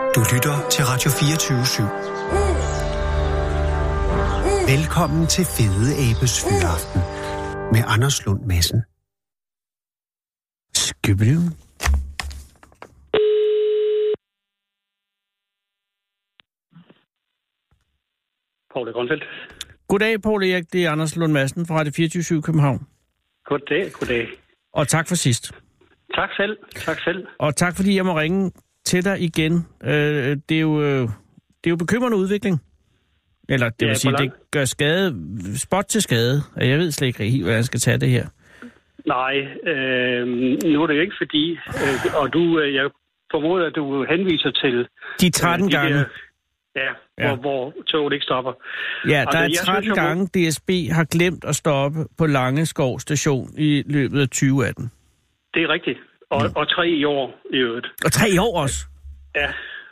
Du lytter til Radio 24/7. Velkommen til Fede Abes Fyraften med Anders Lund Madsen. Skøbeløv. Poul Grønfeldt. Goddag, Poul Erik. Det er Anders Lund Madsen fra Radio 24/7 København. Goddag. Og tak for sidst. Tak selv. Og tak fordi jeg må ringe til dig igen. Det er jo bekymrende udvikling. Eller det vil sige, det gør spot til skade. Jeg ved slet ikke helt, hvordan jeg skal tage det her. Nej, nu er det jo ikke fordi, og jeg formoder, at du henviser til... De 13 gange. Hvor toget ikke stopper. Ja, der er 13 gange, DSB har glemt at stoppe på Langeskov station i løbet af 2018. Det er rigtigt. Og 3 i år i øvrigt. Og 3 i år også? Ja.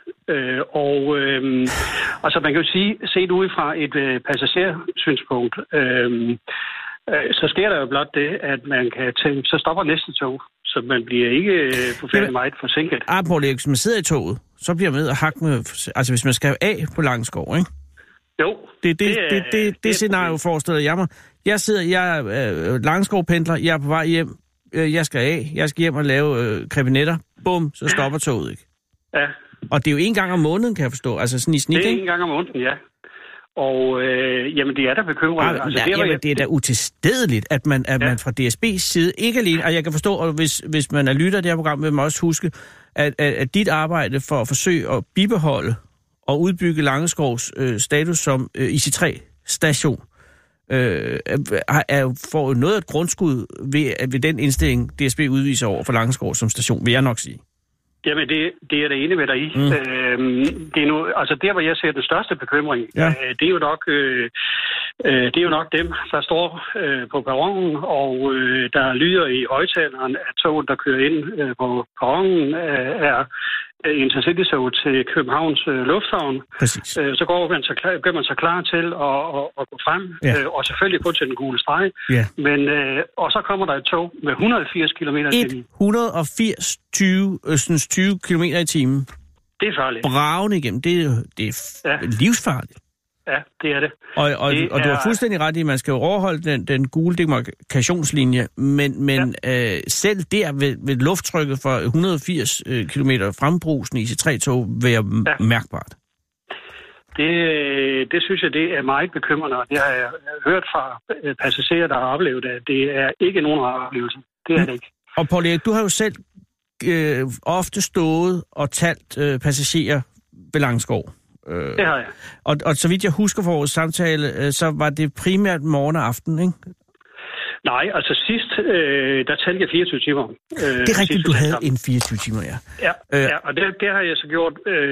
Altså man kan jo sige, set ud fra et passagersynspunkt, så sker der jo blot det, at man kan tænke, så stopper næste tog, så man bliver ikke forfærdelig meget forsinket. Poul Erik, hvis man sidder i toget, så bliver man med at hakke med, altså hvis man skal af på Langeskov, ikke? Jo. Det scenario forestiller jeg mig. Jeg er Langeskov-pendler, jeg er på vej hjem, jeg skal hjem og lave krebinetter. Bum, så stopper toget, ikke? Ja. Og det er jo 1 gang om måneden, kan jeg forstå, altså sådan i snit, ikke? Det er 1 gang om måneden, ja. Og jamen, det er da bekymrende. Det er da utilstedeligt, at man fra DSB's side ikke alene... Og jeg kan forstå, og hvis man er lytter af det her program, vil man også huske, at dit arbejde for at forsøge at bibeholde og udbygge Langeskovs status som IC3-station, får noget af et grundskud ved den indstilling, DSB udviser over for Langeskov som station, vil jeg nok sige. Jamen, det er det ene med dig i. Det er nu, altså der, hvor jeg ser den største bekymring, det er jo nok dem, der står på perronen, og der lyder i højtaleren, at toget, der kører ind på perronen, er intercity-tog til Københavns Lufthavn. Præcis. Så gør man sig klar til at gå frem, og selvfølgelig gå til den gule streg. Ja. Men, og så kommer der et tog med 180 km i timen. 20 km i timen. Det er farligt. Bragende igennem. Det er livsfarligt. Ja, det er det. Og du har fuldstændig ret i, at man skal jo overholde den gule demarkationslinje, men selv der ved lufttrykket for 180 km frembrusende IC3-tog være mærkbart. Det synes jeg, det er meget bekymrende, og det har jeg hørt fra passagerer, der har oplevet det. Det er ikke nogen oplevelse. Det er det ikke. Og Poul Erik, du har jo selv ofte stået og talt passagerer ved Langeskov. Det har jeg. Og så vidt jeg husker fra vores samtale, så var det primært morgen og aften, ikke? Nej, altså sidst, der talte jeg 24 timer. Det er rigtigt, du havde en 24 timer, ja. Ja, og det har jeg så gjort.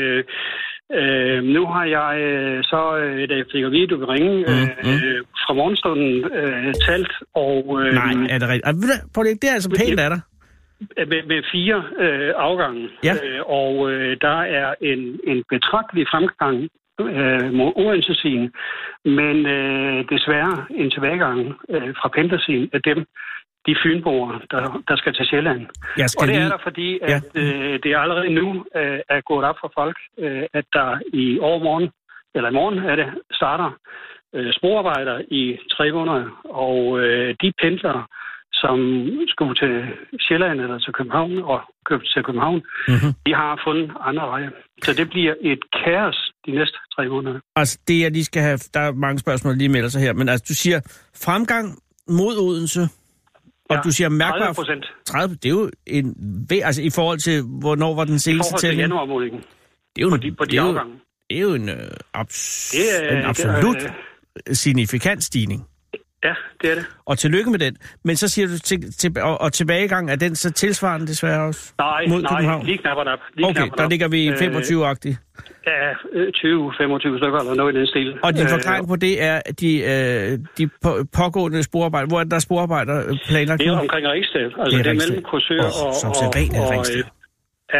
Nu har jeg så, da jeg fik at vide, at du vil ringe, fra morgenstunden talt, og... Nej, er det rigtigt? Det er altså pænt af dig. Med 4 afgange, og der er en betragtelig fremgang mod Odense-siden, men desværre en tilbagegang fra pendlersiden af dem, de fynboere, der skal til Sjælland. Og det er der, fordi at det allerede nu er gået op for folk, at der i morgen er det, starter sporarbejder i 3 måneder, og de pendlere, som skulle til Sjælland eller til København og købe til København, de har fundet andre veje. Så det bliver et kaos de næste 3 måneder. Altså det, jeg lige skal have, der er mange spørgsmål, der lige melder sig her, men altså du siger fremgang mod Odense, og du siger mærkbart... 30%. 30, det er jo altså i forhold til, hvornår var den seneste tælling? I forhold til januarmålingen. Det er jo på de afgange. Det er jo en absolut signifikant stigning. Ja, det er det. Og tillykke med den. Men så siger du, og tilbagegang, er den så tilsvarende desværre også? Nej, lige knap og nap. Okay, der ligger vi 25-agtigt. Ja, 20-25 stykker eller noget i den stil. Og din forklaring på det er, de pågående sporarbejder. Hvor er der sporarbejder planlagt? Det er omkring Ringsted. Altså det er mellem Korsør og... Som sædvanligt Ringsted. Ja.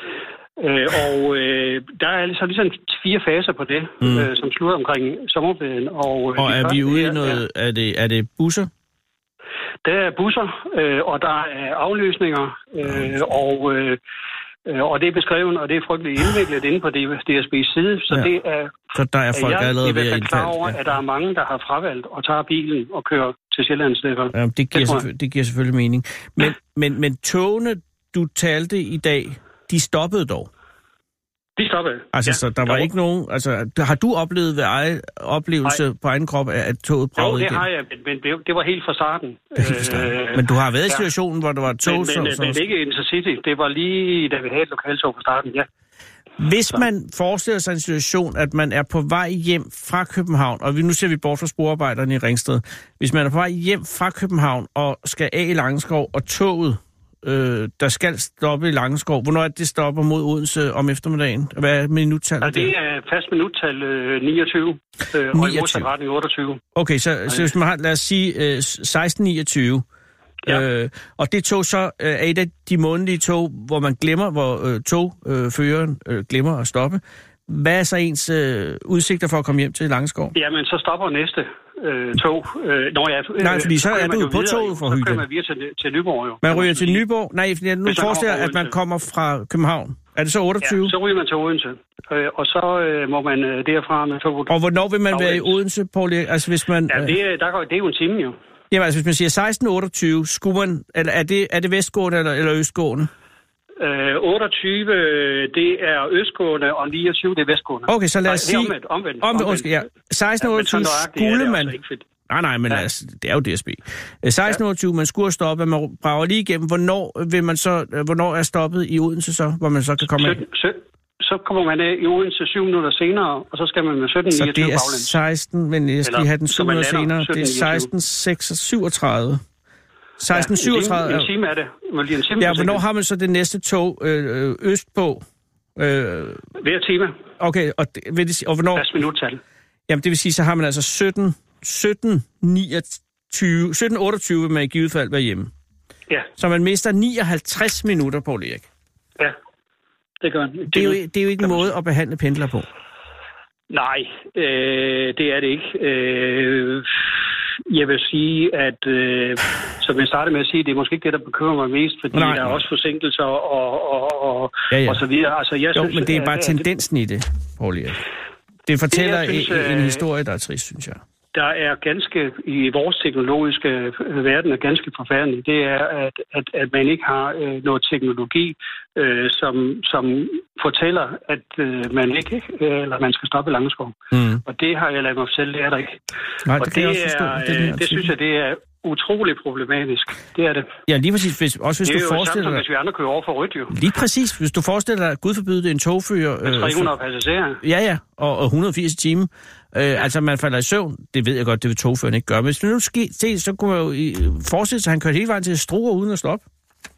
Der er så ligesom 4 faser på det, som slutter omkring sommerferien. Og er vi ude i noget... Er det busser? Der er busser, og der er afløsninger, og Og det er beskrevet, og det er frygteligt indviklet inde på DSB's side, så det er... Så der er folk allerede ved at indfalde. Jeg er klar over, at der er mange, der har fravalgt og tager bilen og kører til Sjællandsdækker. Ja, det giver selvfølgelig mening. Men togene, du talte i dag, de stoppede dog? De stoppede. Altså, så der var ikke nogen... Altså, har du oplevet ved oplevelse på egen krop, at toget bragede igen? Jo, det har jeg, men det var helt fra starten. Men du har været i situationen, hvor der var et tog... Men ikke Intercity. Det var lige, da vi havde et lokaltog fra starten, ja. Hvis man forestiller sig en situation, at man er på vej hjem fra København, og nu ser vi bort fra sporarbejderne i Ringsted. Hvis man er på vej hjem fra København og skal af i Langeskov, og toget, der skal stoppe i Langeskov, hvornår er det stopper mod Odense om eftermiddagen? Hvad er minuttallet? Ja, det er fast minuttal 29, og i modsatretning 28. Okay, så hvis man har, lad os sige 1629, og det tog så er et af de månedlige tog, hvor man glemmer, hvor togføreren glemmer at stoppe. Hvad er så ens udsigter for at komme hjem til Langeskov? Jamen, så stopper næste tog. Nej, fordi så er du jo på toget for Hytte. Så kører man videre til Nyborg, jo. Man ryger til Nyborg? Nej, nu forestiller jeg, at man kommer fra København. Er det så 28? Ja, så ryger man til Odense. Og så må man derfra med toget. Og hvornår vil man være i Odense, Poul Erik? Altså, hvis man... Ja, det er jo en time, jo. Jamen, altså, hvis man siger 16.28, skulle man... Eller er det vestgående eller østgående? 28, det er østgående, og 29, det er vestgående. Okay, så lad os sige... Omvendt. Ja. 16.28 skulle man... Nej, men altså, det er jo DSB. 16.28, man skulle stoppe, man brager lige igennem. Hvornår er stoppet i Odense så, hvor man så kan komme af? Så kommer man af i Odense 7 minutter senere, og så skal man med 17.29 baglæns. Så det er 16, men jeg skal lige have den 7 minutter senere. Det er 16.37. 16.37. En time er det. Ja, hvornår har man så det næste tog østpå? Hver time. Okay, og hvornår? Fast minuttal. Jamen, det vil sige, så har man altså 17.28 vil man i givet fald være hjemme. Ja. Så man mister 59 minutter, Poul Erik. Ja, det gør man. Det er jo ikke en måde at behandle pendler på. Nej, det er det ikke. Jeg vil sige, at som jeg startede med at sige, det er måske ikke det, der bekymrer mig mest, fordi der er også forsinkelser og så videre. Altså, jeg synes, men det er bare tendensen i det, Poul Erik. Det fortæller en historie, der er trist, synes jeg. Der er i vores teknologiske verden er ganske forfærdeligt. Det er, at man ikke har noget teknologi, som fortæller, at man ikke eller man skal stoppe Langeskov. Og det har jeg ladet mig fortælle, det er der ikke. Nej, og det synes jeg, det er utrolig problematisk. Det er det. Ja, lige præcis. Hvis du forestiller dig... hvis vi andre kører over for rødt, jo. Lige præcis. Hvis du forestiller dig, Gud forbyde en togfører... 300 passagerer. Ja, og 180 timer. Altså, man falder i søvn. Det ved jeg godt, det vil togføreren ikke gøre. Men hvis det nu sker, så kunne man jo forestille sig, at han kørte hele vejen til Struer uden at stoppe.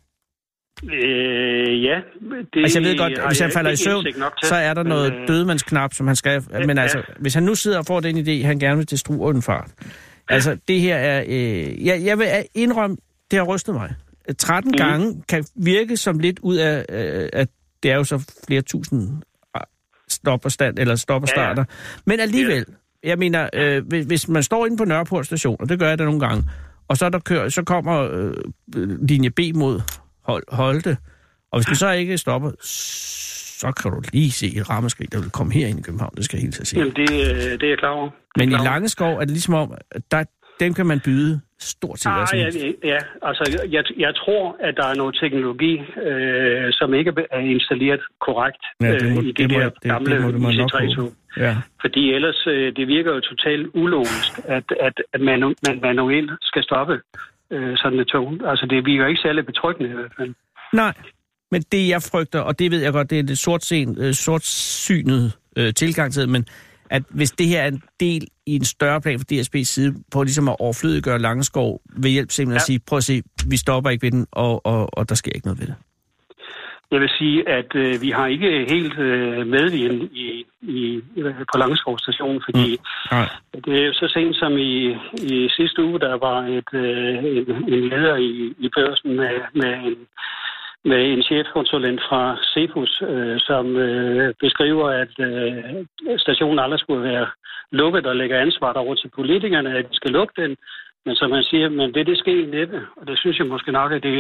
Ja. Altså, jeg ved godt, hvis han falder i søvn, så er der noget dødmandsknap, som han skal... Men altså, hvis han nu sidder og får den idé, han gerne vil til Struer uden fart. Altså, det her er... jeg vil indrømme, det har rystet mig. 13 gange kan virke som lidt ud af, at det er jo så flere tusind stop og starter. Men alligevel, jeg mener, hvis man står inde på Nørreport station, og det gør jeg da nogle gange, og så kommer linje B mod Holte, og hvis den så ikke stopper, så kan du lige se et ramaskrig, der vil komme herind i København. Det skal jeg helt til at sige. Jamen, det er jeg klar over. Men i Langeskov er det ligesom om, dem kan man byde stort set. Ja, altså jeg tror, at der er noget teknologi, som ikke er installeret korrekt i det gamle IC3-tog. Ja. Fordi ellers, det virker jo totalt ulogisk, at man manuelt skal stoppe sådan et tog. Altså det virker ikke særlig betryggende i hvert fald. Nej, men det jeg frygter, og det ved jeg godt, det er det sortsynet tilgang til, men at hvis det her er en del i en større plan fra DSB's side, på ligesom at overflødiggøre Langeskov, ved hjælp simpelthen at sige, prøv at se, vi stopper ikke ved den, og der sker ikke noget ved det. Jeg vil sige, at vi har ikke helt medvind på Langeskov station, fordi det er jo så sent som i sidste uge, der var en leder i Børsen med en chefkonsulent fra Cepos, som beskriver, at stationen aldrig skulle være lukket og lægger ansvar over til politikerne, at de skal lukke den. Men som han siger, men vil det ske næppe? Og det synes jeg måske nok, at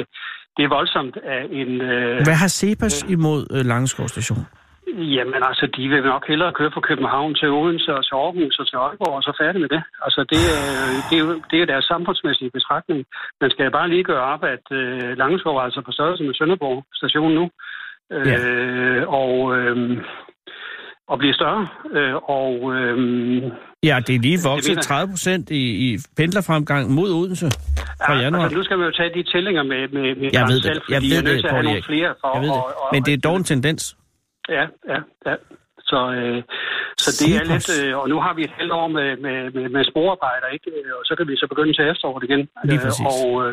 det er voldsomt af en... Hvad har CEPOS imod Langeskov Station? Jamen altså, de vil nok hellere køre fra København til Odense og til Aarhus og til Aalborg og så færdig med det. Altså, det er jo deres samfundsmæssige betragtning. Man skal bare lige gøre op, at Langeskov er altså på størrelse med Sønderborg Station nu. Og bliver større. Ja, det er lige vokset 30% i pendlerfremgang mod Odense fra januar. Altså, nu skal man jo tage de tællinger med jeg ved selv, fordi jeg er nødt til at have nogle flere for. Men det er dog en tendens. Ja. Så det er lidt... og nu har vi et halvt år med sporarbejder, ikke? Og så kan vi så begynde til efteråret igen. Lige præcis.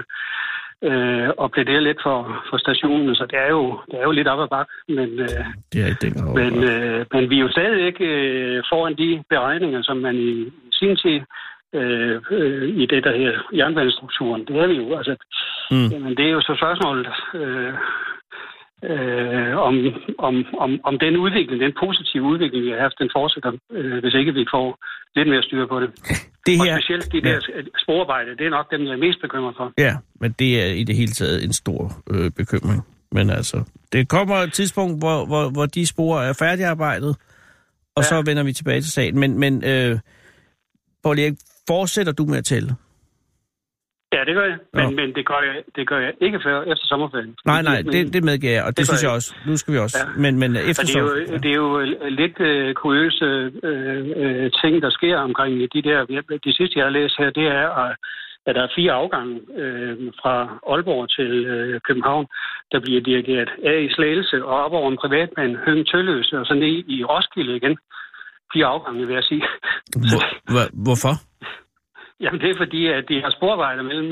Og plædere lidt for stationen, så det er jo lidt op ad bakke, men det er ikke men vi er jo stadig ikke foran de beregninger, som man i sin tid i det der her jernbanestrukturen. Det er vi jo, altså. Men det er jo så spørgsmålet om den udvikling, den positive udvikling, vi har haft, den fortsætter, hvis ikke vi får lidt mere styr på det. Og specielt de der sporarbejde, det er nok dem, jeg er mest bekymret for. Ja, men det er i det hele taget en stor bekymring. Men altså, det kommer et tidspunkt, hvor de spor er færdigarbejdet, og så vender vi tilbage til sagen. Men Poul Erik, fortsætter du med at tælle? Ja, det gør jeg. Men det gør jeg ikke før efter sommerferien. Nej, det medgiver jeg, og det synes jeg også. Nu skal vi også. Ja. Men efter sommerferien. Det er jo lidt kuriøse ting, der sker omkring de der... Det sidste, jeg har læst her, det er, at der er 4 afgange fra Aalborg til København, der bliver dirigeret af i Slagelse og op over en privatbane, Høng-Tølløse og så ned i Roskilde igen. 4 afgange, vil jeg sige. Hvorfor? Jamen, det er fordi, at de har sporvejder mellem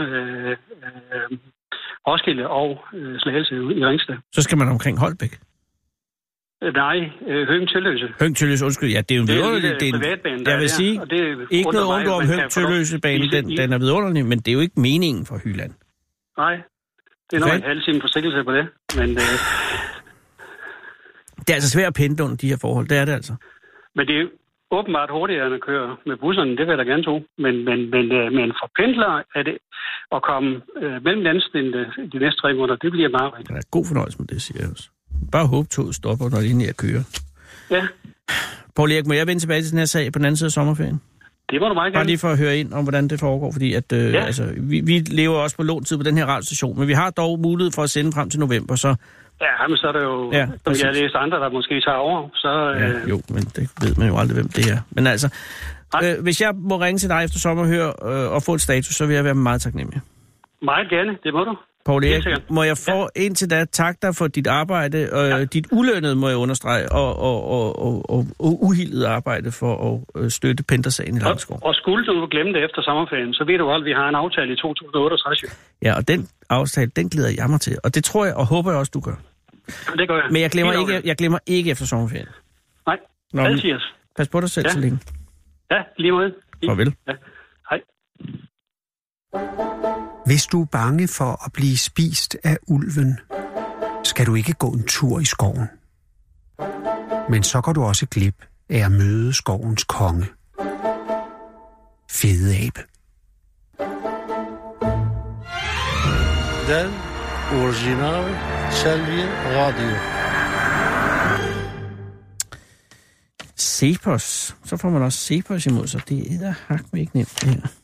Roskilde og Slagelse i Ringsted. Så skal man omkring Holbæk? Nej, Høng-Tølløse. Høng-Tølløse, undskyld. Ja, det er jo en vidunderlig... Det er en privatbane, jeg vil sige, ikke noget ondt om Høng-Tølløse-banen, den er vidunderlig, men det er jo ikke meningen for Hyland. Nej, det er nok en halv time forsinkelse på det, men... Det er altså svært at pendle under de her forhold, det er det altså. Men det er åbenbart hurtigere end at køre med busserne, det vil jeg da gerne tro. Men for pendlere er det at komme mellem landstillene de næste 3 måneder, det bliver meget rigtigt. Der er god fornøjelse med det, siger jeg også. Bare håb, toget stopper, når det er at køre. Ja. Poul Erik, må jeg vende tilbage til den her sag på den anden side af sommerferien? Det må du meget gerne. Bare lige for at høre ind om, hvordan det foregår, fordi at, altså, vi lever også på låntid på den her radiostation, men vi har dog mulighed for at sende frem til november, så... Ja, men så er der jo, som jeg har læst andre, der måske tager over, så... Jo, men det ved man jo aldrig, hvem det er. Men altså, hvis jeg må ringe til dig efter sommerhør og få et status, så vil jeg være meget taknemmelig. Meget gerne, det må du. Poul Erik, må jeg få indtil da tak dig for dit arbejde, og dit ulønnede, må jeg understrege, og uhildet arbejde for at støtte pendlersagen i Langeskov. Og skulle du glemme det efter sommerferien, så ved du godt, at vi har en aftale i 2068. Ja, og den aftale, den glæder jeg mig til, og det tror jeg og håber jeg også, du gør. Det gør jeg. Men jeg glemmer ikke efter sommerferien. Nej, altid. Pas på dig selv så længe. Ja, lige måde. Farvel. Ja, hej. Hvis du er bange for at blive spist af ulven, skal du ikke gå en tur i skoven. Men så går du også glip af at møde skovens konge. Fede abe. Den originale Selvi Radio. CEPOS. Så får man også CEPOS imod sig. Det er med ikke nemt det her.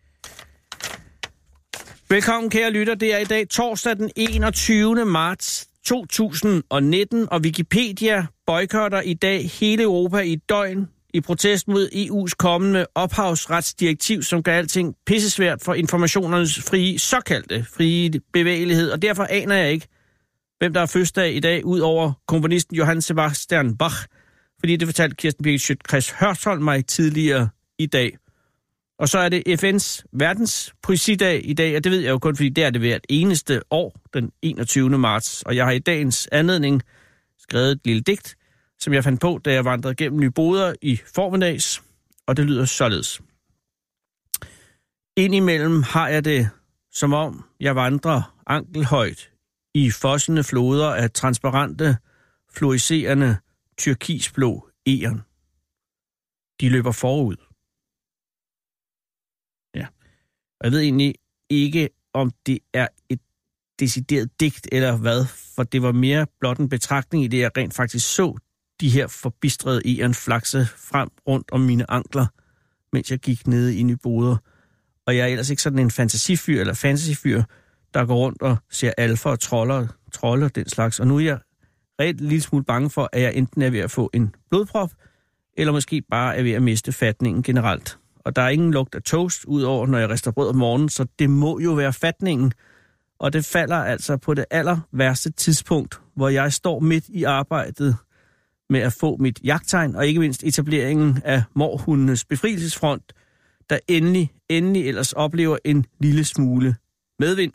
Velkommen, kære lytter. Det er i dag torsdag den 21. marts 2019, og Wikipedia boykotter i dag hele Europa i et døgn i protest mod EU's kommende ophavsretsdirektiv, som gør alting pissesvært for informationernes såkaldte frie bevægelighed. Og derfor aner jeg ikke, hvem der er fødselsdag i dag, ud over komponisten Johann Sebastian Bach, fordi det fortalte Kirsten Birgit Schiøtz Hørsholm mig tidligere i dag. Og så er det FN's verdens poesidag i dag, og det ved jeg jo kun, fordi det er det hvert eneste år, den 21. marts. Og jeg har i dagens anledning skrevet et lille digt, som jeg fandt på, da jeg vandrede gennem Nyboder i formiddags, og det lyder således. Indimellem har jeg det, som om jeg vandrer ankelhøjt i fossende floder af transparente, fluorescerende, tyrkisblå egern. De løber forud. Ja. Og jeg ved egentlig ikke, om det er et decideret digt eller hvad, for det var mere blot en betragtning i det, jeg rent faktisk så de her forbistrede egern flakse frem rundt om mine ankler, mens jeg gik nede i Nyboder. Og jeg er ellers ikke sådan en fantasyfyr, der går rundt og ser alfer og trolder den slags. Og nu er jeg reelt en lille smule bange for, at jeg enten er ved at få en blodprop, eller måske bare er ved at miste fatningen generelt. Og der er ingen lugt af toast, udover når jeg rister brød om morgenen, så det må jo være fatningen. Og det falder altså på det aller værste tidspunkt, hvor jeg står midt i arbejdet med at få mit jagttegn, og ikke mindst etableringen af Mårhundenes Befrielsesfront, der endelig ellers oplever en lille smule medvind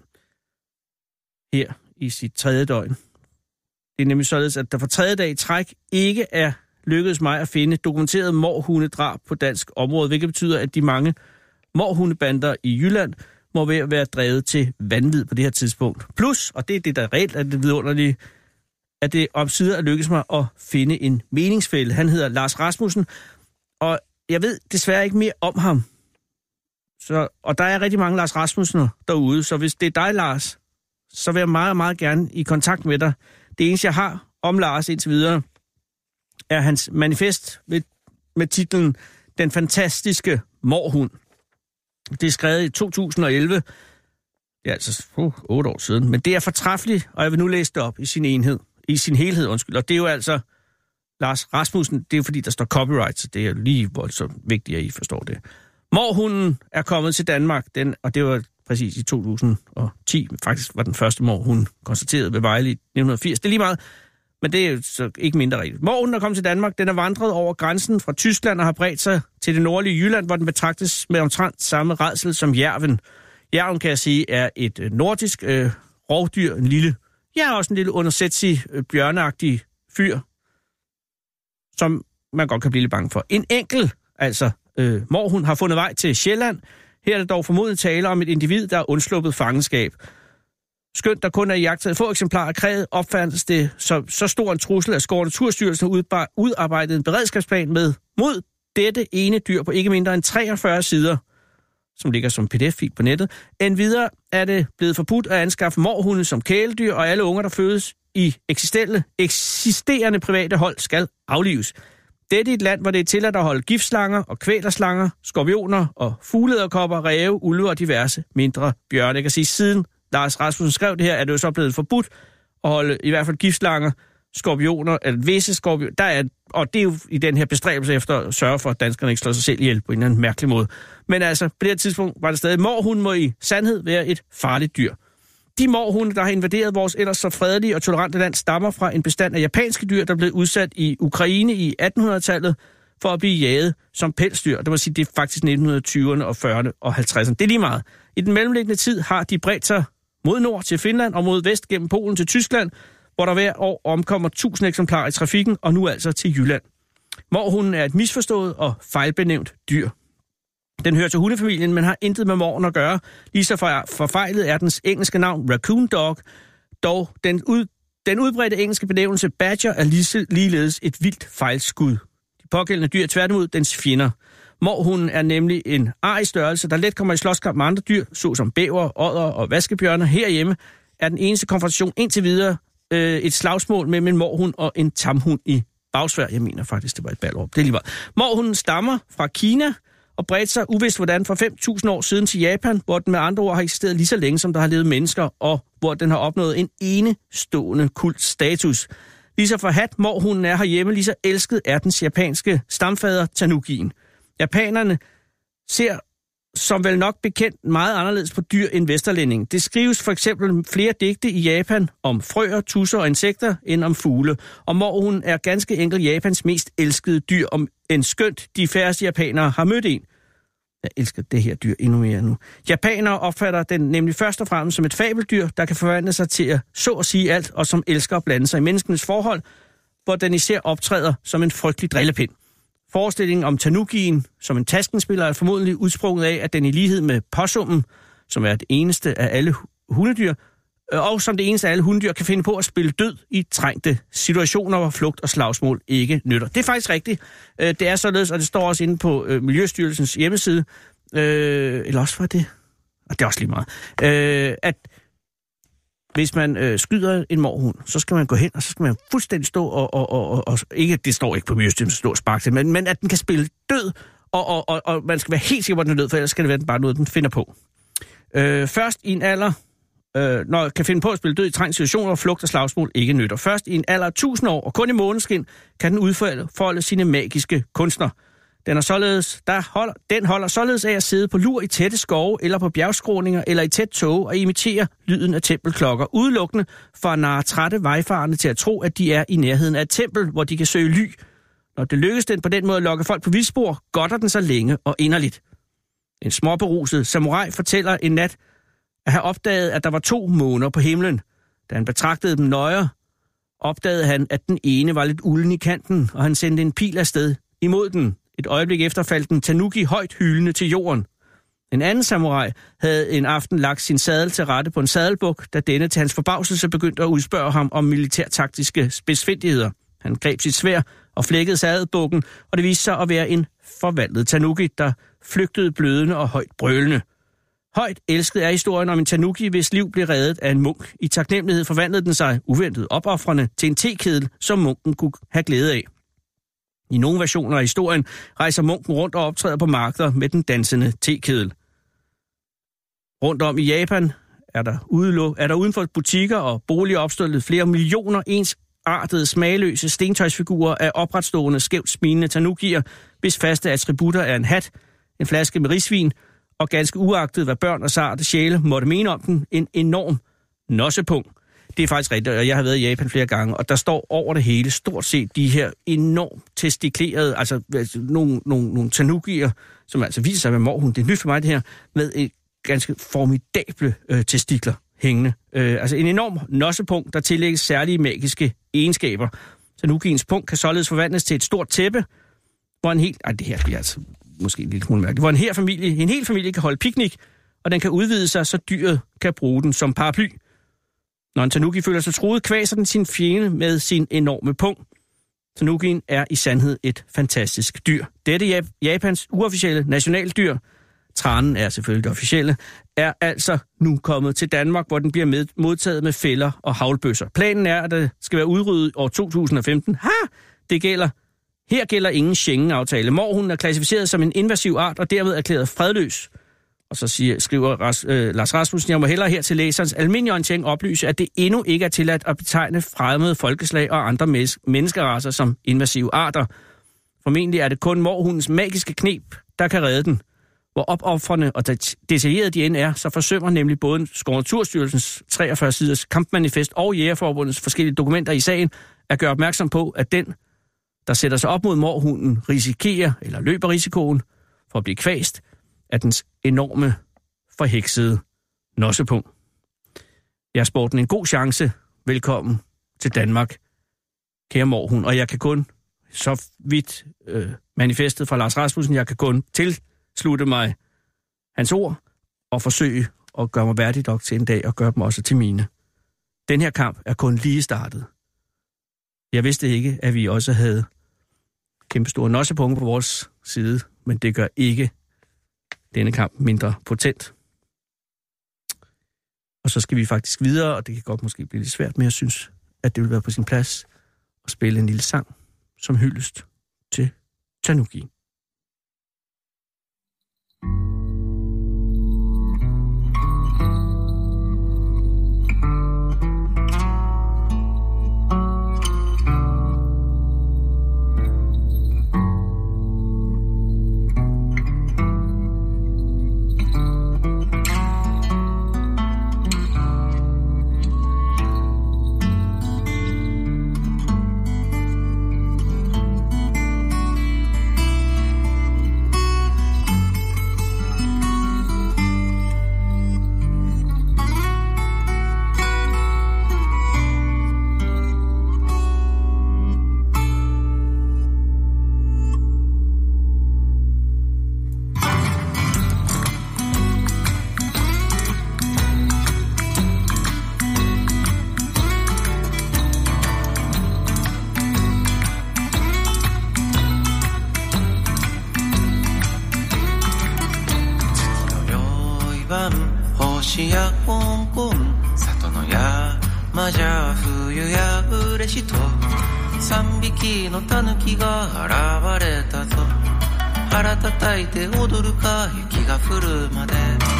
her i sit 3. døgn. Det er nemlig således, at der for 3. dag i træk ikke er lykkedes mig at finde dokumenteret mårhundedrab på dansk område, hvilket betyder, at de mange mårhundebander i Jylland må være drevet til vanvid på det her tidspunkt. Plus, og det er det, der reelt er det vidunderlige, at det omsider er lykkedes mig at finde en meningsfælle. Han hedder Lars Rasmussen, og jeg ved desværre ikke mere om ham. Og der er rigtig mange Lars Rasmussener derude, så hvis det er dig, Lars, så vil jeg meget, meget gerne i kontakt med dig. Det eneste, jeg har om Lars indtil videre, er hans manifest med titlen Den fantastiske mårhund. Det er skrevet i 2011. Det er altså 8 år siden. Men det er fortræffeligt, og jeg vil nu læse det op i sin helhed. Og det er jo altså Lars Rasmussen. Det er jo fordi, der står copyright, så det er lige voldsomt vigtigt, at I forstår det. Mårhunden er kommet til Danmark, og det var præcis i 2010. Faktisk var den første mårhund konstateret ved Vejle i 1980. Det er lige meget, men det er jo så ikke mindre rigtigt. Mårhunden er kommet til Danmark. Den er vandret over grænsen fra Tyskland og har bredt sig til det nordlige Jylland, hvor den betragtes med omtrent samme rædsel som jærven. Jærven, kan jeg sige, er et nordisk rovdyr, også en lille undersætsig, bjørneagtig fyr, som man godt kan blive lidt bange for. En enkel, mårhund har fundet vej til Sjælland. Her er der dog formodentlig tale om et individ, der er undsluppet fangenskab. Skønt der kun er jagtet få eksemplarer af kræget, opfandes det så stor en trussel, at Skov- og Naturstyrelsen har udarbejdet en beredskabsplan mod dette ene dyr på ikke mindre end 43 sider, som ligger som pdf-fil på nettet. Endvidere er det blevet forbudt at anskaffe mårhunde som kæledyr, og alle unger, der fødes i eksisterende private hold, skal aflives. Dette er et land, hvor det er tilladt at holde giftslanger og kvælerslanger, skorpioner og fuglederkopper, ræve, ulve og diverse mindre bjørne. Jeg kan sige, siden Lars Rasmussen skrev det her, er det jo så blevet forbudt at holde i hvert fald giftslanger, skorpioner, eller visse skorpioner. Og det er jo i den her bestræbelse efter at sørge for, at danskerne ikke slår sig selv ihjel på en eller anden mærkelig måde. Men altså, på det her tidspunkt var det stadig, mårhunden må i sandhed være et farligt dyr. De mårhunde, der har invaderet vores ellers så fredelige og tolerante land, stammer fra en bestand af japanske dyr, der blev udsat i Ukraine i 1800-tallet for at blive jaget som pelsdyr. Det vil sige, det er faktisk 1920'erne og 40'erne og 50'erne. Det er lige meget. I den mellemliggende tid har de bredt sig mod nord til Finland og mod vest gennem Polen til Tyskland, hvor der hver år omkommer 1000 eksemplarer i trafikken, og nu altså til Jylland. Mårhunden er et misforstået og fejlbenævnt dyr. Den hører til hundefamilien, men har intet med mården at gøre. Lige så forfejlet er dens engelske navn Raccoon Dog. Dog den udbredte engelske benævnelse Badger er ligeledes et vildt fejlskud. De pågældende dyr er tværtimod dens fjender. Mårhunden er nemlig en ar i størrelse, der let kommer i slåskamp med andre dyr, såsom bæver, odder og vaskebjørner. Herhjemme er den eneste konfrontation indtil videre et slagsmål mellem en mårhund og en tamhund i bagsvær. Jeg mener faktisk, det var et balleråb. Det er lige meget. Mårhunden stammer fra Kina og bredte sig uvist hvordan for 5.000 år siden til Japan, hvor den med andre ord har eksisteret lige så længe, som der har levet mennesker, og hvor den har opnået en enestående kult status. Lige så forhat mårhunden er herhjemme, lige så elsket er dens japanske stamfader Tanukien. Japanerne ser som vel nok bekendt meget anderledes på dyr end vesterlænding. Det skrives for eksempel flere digte i Japan om frøer, tusser og insekter end om fugle. Og mårhunden er ganske enkelt Japans mest elskede dyr, om en skønt de færreste japanere har mødt en. Jeg elsker det her dyr endnu mere nu. Japanere opfatter den nemlig først og fremmest som et fabeldyr, der kan forvandle sig til at så at sige alt, og som elsker at blande sig i menneskenes forhold, hvor den især optræder som en frygtelig drillepind. Forestillingen om Tanukien som en taskenspiller er formodentlig udsprunget af, at den i lighed med possummen, som er det eneste af alle hundedyr, og som det eneste af alle hundedyr kan finde på at spille død i trængte situationer, hvor flugt og slagsmål ikke nytter. Det er faktisk rigtigt. Det er således, og det står også inde på Miljøstyrelsens hjemmeside, eller også var det, og det er også lige meget, at hvis man skyder en mårhund, så skal man gå hen, og så skal man fuldstændig stå og ikke, det står ikke på myresystemet, stå og sparke til, men at den kan spille død, og man skal være helt sikker på, at den er død, for ellers skal det være bare noget, den finder på. Først i en alder, når kan finde på at spille død i trængte situationer, hvor flugt og slagsmål ikke nytter. Først i en alder af 1000 år, og kun i måneskin, kan den udfolde sine magiske kunstner. Den holder således af at sidde på lur i tætte skove, eller på bjergskråninger, eller i tæt tåge, og imitere lyden af tempelklokker, udelukkende for at narre trætte vejfarende til at tro, at de er i nærheden af et tempel, hvor de kan søge ly. Når det lykkes den på den måde at lokke folk på vildspor, godter den sig længe og inderligt. En småberuset samurai fortæller en nat at have opdaget, at der var 2 måner på himlen. Da han betragtede dem nøje, opdagede han, at den ene var lidt ulden i kanten, og han sendte en pil afsted imod den. Et øjeblik efter faldt en tanuki højt hylende til jorden. En anden samurai havde en aften lagt sin sadel til rette på en sadelbuk, da denne til hans forbavselse begyndte at udspørge ham om militærtaktiske spidsfindigheder. Han greb sit sværd og flækkede sadelbukken, og det viste sig at være en forvandlet tanuki, der flygtede blødende og højt brølende. Højt elsket er historien om en tanuki, hvis liv blev reddet af en munk. I taknemmelighed forvandlede den sig uventet opofrende til en tekedel, som munken kunne have glæde af. I nogle versioner af historien rejser munken rundt og optræder på markeder med den dansende tekedel. Rundt om i Japan er der uden for butikker og boliger opstillet flere millioner ensartede, smagløse stentøjsfigurer af opretstående, skævt smilende tanukier, hvis faste attributter er en hat, en flaske med risvin og ganske uagtet, hvad børn og sarte sjæle måtte mene om den, en enorm nossepung. Det er faktisk rigtigt, og jeg har været i Japan flere gange, og der står over det hele stort set de her enormt testiklerede, altså nogle tanukier, som altså viser sig med mårhund. Det er nyt for mig det her, med et ganske formidable testikler hængende. Altså en enorm nossepung, der tillægges særlige magiske egenskaber. Tanukiens punkt kan således forvandles til et stort tæppe, hvor en det her bliver altså måske en lille smule mærkeligt, hvor en hel familie kan holde piknik, og den kan udvide sig, så dyret kan bruge den som paraply. Når en tanuki føler sig truet, kvaser den sin fjende med sin enorme pung. Tanukien er i sandhed et fantastisk dyr. Dette er Japans uofficielle nationaldyr. Tranen er selvfølgelig det officielle, er altså nu kommet til Danmark, hvor den bliver modtaget med fælder og haglbøsser. Planen er, at det skal være udryddet år 2015. Her gælder ingen Schengen-aftale. Mårhunden er klassificeret som en invasiv art og derved erklæret fredløs. Og så skriver Lars Rasmussen, jeg må hellere her til læserens almindelige orientering oplyse, at det endnu ikke er tilladt at betegne fremmede folkeslag og andre menneskeracer som invasive arter. Formentlig er det kun mårhundens magiske knep, der kan redde den. Hvor opofrende og detaljeret de end er, så forsømmer nemlig både Skov- og Naturstyrelsens 43 siders kampmanifest og Jægerforbundets forskellige dokumenter i sagen at gøre opmærksom på, at den, der sætter sig op mod mårhunden, risikerer eller løber risikoen for at blive kvæst af dens enorme, forheksede nossepung. Jeg har spurgt den en god chance. Velkommen til Danmark, kære mårhund. Og jeg kan kun, så vidt manifestet fra Lars Rasmussen, jeg kan kun tilslutte mig hans ord og forsøge at gøre mig værdig nok til en dag og gøre dem også til mine. Den her kamp er kun lige startet. Jeg vidste ikke, at vi også havde kæmpestore nossepunge på vores side, men det gør ikke denne kamp mindre potent. Og så skal vi faktisk videre, og det kan godt måske blive lidt svært, men jeg synes, at det vil være på sin plads at spille en lille sang som hyldest til Tanuki. 星やポンポン里の山まじゃ冬や嬉しと3匹のタヌキが現れたぞ腹叩いて踊るか雪が降るまで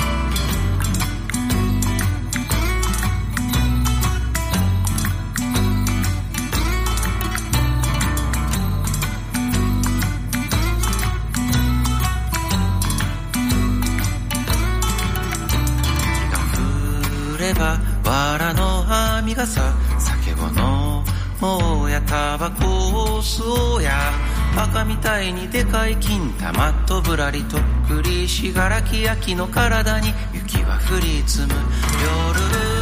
藁の網がさ酒を飲もうやタバコを吸おうやバカみたいにでかい金玉とぶらりとっくりしがらき焼きの体に雪が降り積む夜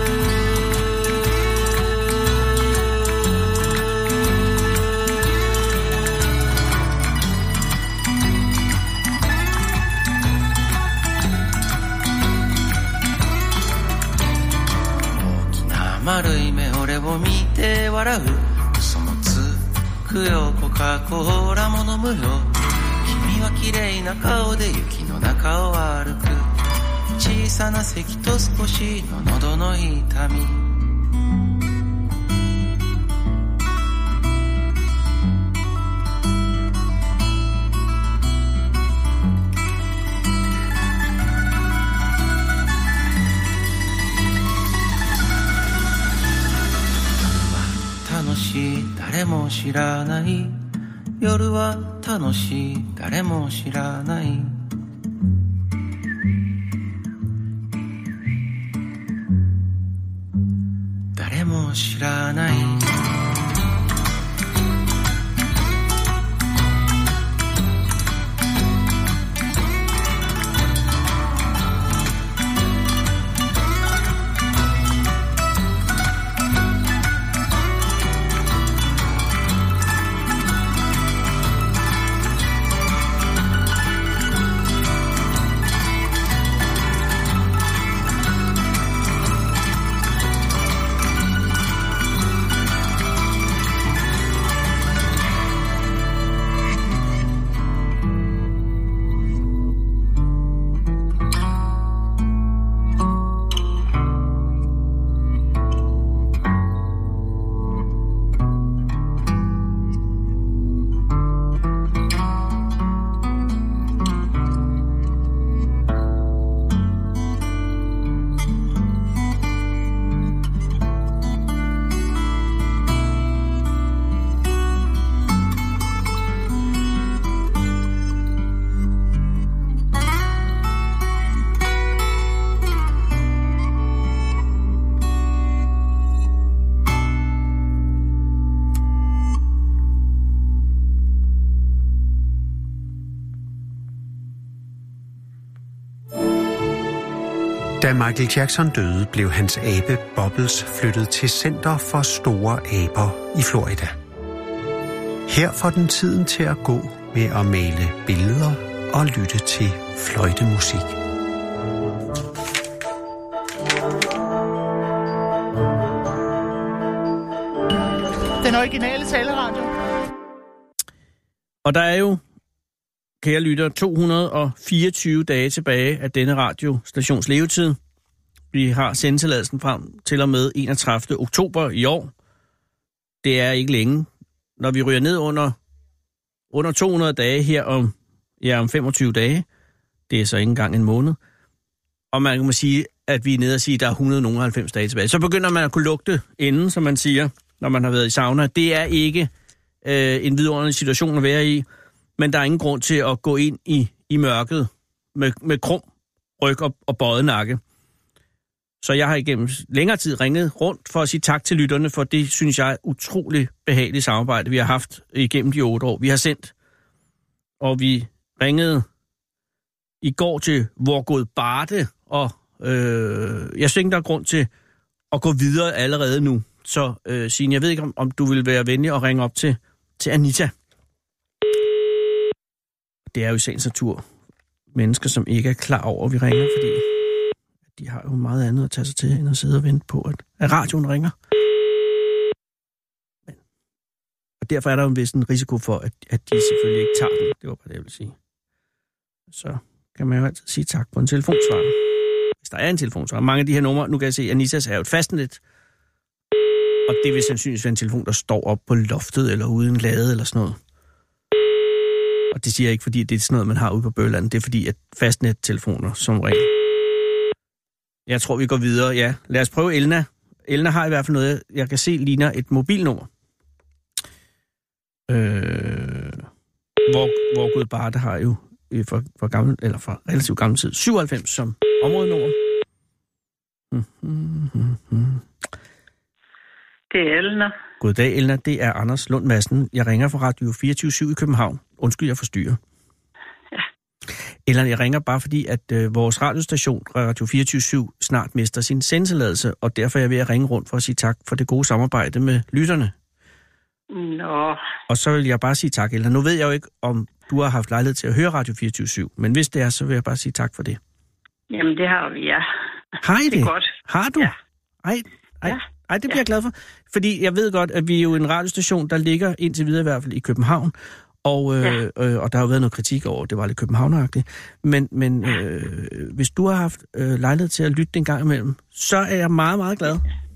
丸い目俺を見て笑う嘘もつくよコカ・コーラも飲むよ君は綺麗な顔で雪の中を歩く小さな咳と少しの喉の痛み誰も知らない夜は楽しい誰も知らない誰も知らない Da Michael Jackson døde, blev hans abe Bubbles flyttet til Center for Store Aber i Florida. Her får den tiden til at gå med at male billeder og lytte til fløjtemusik. Den originale taleradio. Og der er jo, kære lytter, 224 dage tilbage af denne radiostations levetid. Vi har sendetilladelsen frem til og med 31. oktober i år. Det er ikke længe. Når vi ryger ned under 200 dage her om 25 dage, det er så ikke engang en måned, og man kan sige, at vi er nede og sige, at der er 190 dage tilbage. Så begynder man at kunne lugte inden, som man siger, når man har været i sauna. Det er ikke en vidunderlig situation at være i, men der er ingen grund til at gå ind i mørket med krum ryg og bøjet nakke. Så jeg har igennem længere tid ringet rundt for at sige tak til lytterne, for det synes jeg er utrolig behageligt samarbejde, vi har haft igennem de 8 år. Vi har sendt, og vi ringede i går til Vorgod Barde, og jeg synes ikke, der er grund til at gå videre allerede nu. Så Signe, jeg ved ikke, om du vil være venlig at ringe op til Anita. Det er jo i sagens natur mennesker, som ikke er klar over, at vi ringer, fordi de har jo meget andet at tage sig til, end at sidde og vente på, at radioen ringer. Og derfor er der jo en vis risiko for, at de selvfølgelig ikke tager den. Det var bare det, jeg ville sige. Så kan man jo altid sige tak på en telefonsvarer. Hvis der er en telefonsvarer. Mange af de her numre, nu kan jeg se, Anitas er jo et fastnet. Og det vil sandsynligvis være en telefon, der står op på loftet, eller uden lade, eller sådan noget. Og det siger jeg ikke, fordi det er sådan noget, man har ude på Bøgeland. Det er fordi, at fastnettelefoner som regel. Jeg tror, vi går videre. Ja, lad os prøve Elna. Elna har i hvert fald noget, jeg kan se ligner et mobilnummer. Hvor Gud Barde har jo for gammel, eller for relativt gammel tid 97 som områdenummer. Det er Elna. Goddag, Elna. Det er Anders Lund Madsen. Jeg ringer fra Radio 24/7 i København. Undskyld, jeg forstyrrer. Ja. Elna, jeg ringer bare fordi, at vores radiostation, Radio 24/7, snart mister sin sendtilladelse, og derfor er jeg ved at ringe rundt for at sige tak for det gode samarbejde med lytterne. Nå. Og så vil jeg bare sige tak, Elna. Nu ved jeg jo ikke, om du har haft lejlighed til at høre Radio 24/7, men hvis det er, så vil jeg bare sige tak for det. Jamen, det har vi, ja. Har I det? Det er godt. Har du? Ja. Ej, det bliver jeg glad for. Fordi jeg ved godt, at vi er jo en radiostation, der ligger indtil videre i hvert fald i København. Og der har jo været noget kritik over, det var lidt københavneragtigt. Men hvis du har haft lejlighed til at lytte en gang imellem, så er jeg meget, meget glad.